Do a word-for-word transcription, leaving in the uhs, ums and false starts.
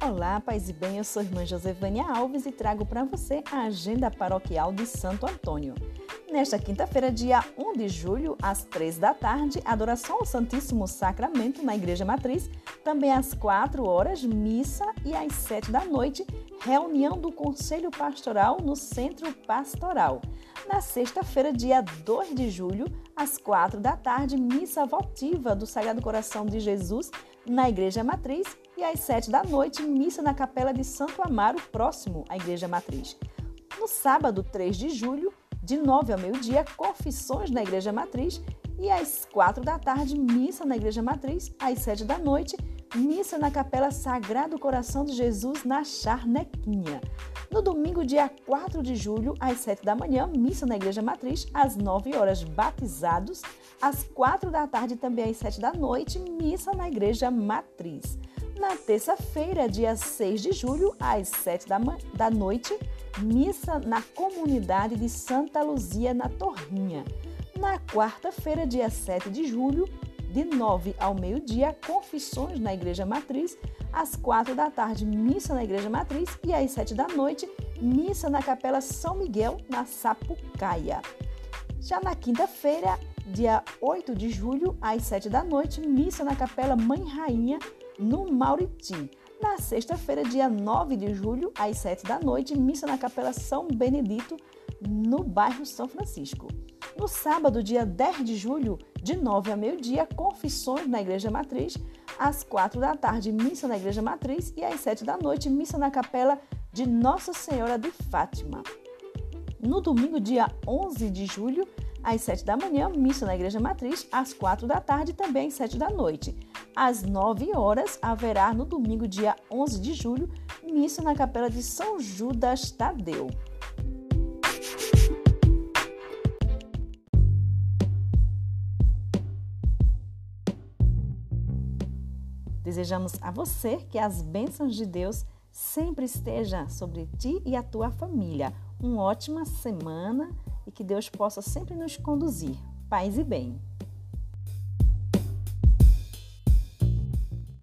Olá, paz e bem, eu sou a irmã Josevânia Alves e trago para você a agenda paroquial de Santo Antônio. Nesta quinta-feira, dia um de julho, às três da tarde, adoração ao Santíssimo Sacramento na Igreja Matriz. Também às quatro horas, missa, e às sete da noite, reunião do Conselho Pastoral no Centro Pastoral. Na sexta-feira, dia dois de julho, às quatro da tarde, missa votiva do Sagrado Coração de Jesus na Igreja Matriz, e às sete da noite, missa na Capela de Santo Amaro, próximo à Igreja Matriz. No sábado, três de julho, de nove ao meio-dia, confissões na Igreja Matriz, e às quatro da tarde, missa na Igreja Matriz, às sete da noite, missa na Capela Sagrado Coração de Jesus na Charnequinha. No domingo, dia quatro de julho, às sete da manhã, missa na Igreja Matriz, às nove horas, batizados, às quatro da tarde e também às sete da noite, missa na Igreja Matriz. Na terça-feira, dia seis de julho, às sete da noite, missa na comunidade de Santa Luzia, na Torrinha. Na quarta-feira, dia sete de julho, de nove ao meio-dia, confissões na Igreja Matriz. Às quatro da tarde, missa na Igreja Matriz, e às sete da noite, missa na Capela São Miguel, na Sapucaia. Já na quinta-feira, dia oito de julho, às sete da noite, missa na Capela Mãe Rainha, no Mauriti. Na sexta-feira, dia nove de julho, às sete da noite, missa na Capela São Benedito, no bairro São Francisco. No sábado, dia dez de julho, de nove ao meio-dia, confissões na Igreja Matriz. Às quatro da tarde, missa na Igreja Matriz, e às sete da noite, missa na Capela de Nossa Senhora de Fátima. No domingo, dia onze de julho, às sete da manhã, missa na Igreja Matriz, às quatro da tarde e também às sete da noite. Às nove horas, haverá no domingo, dia onze de julho, missa na Capela de São Judas Tadeu. Desejamos a você que as bênçãos de Deus sempre estejam sobre ti e a tua família. Uma ótima semana e que Deus possa sempre nos conduzir. Paz e bem.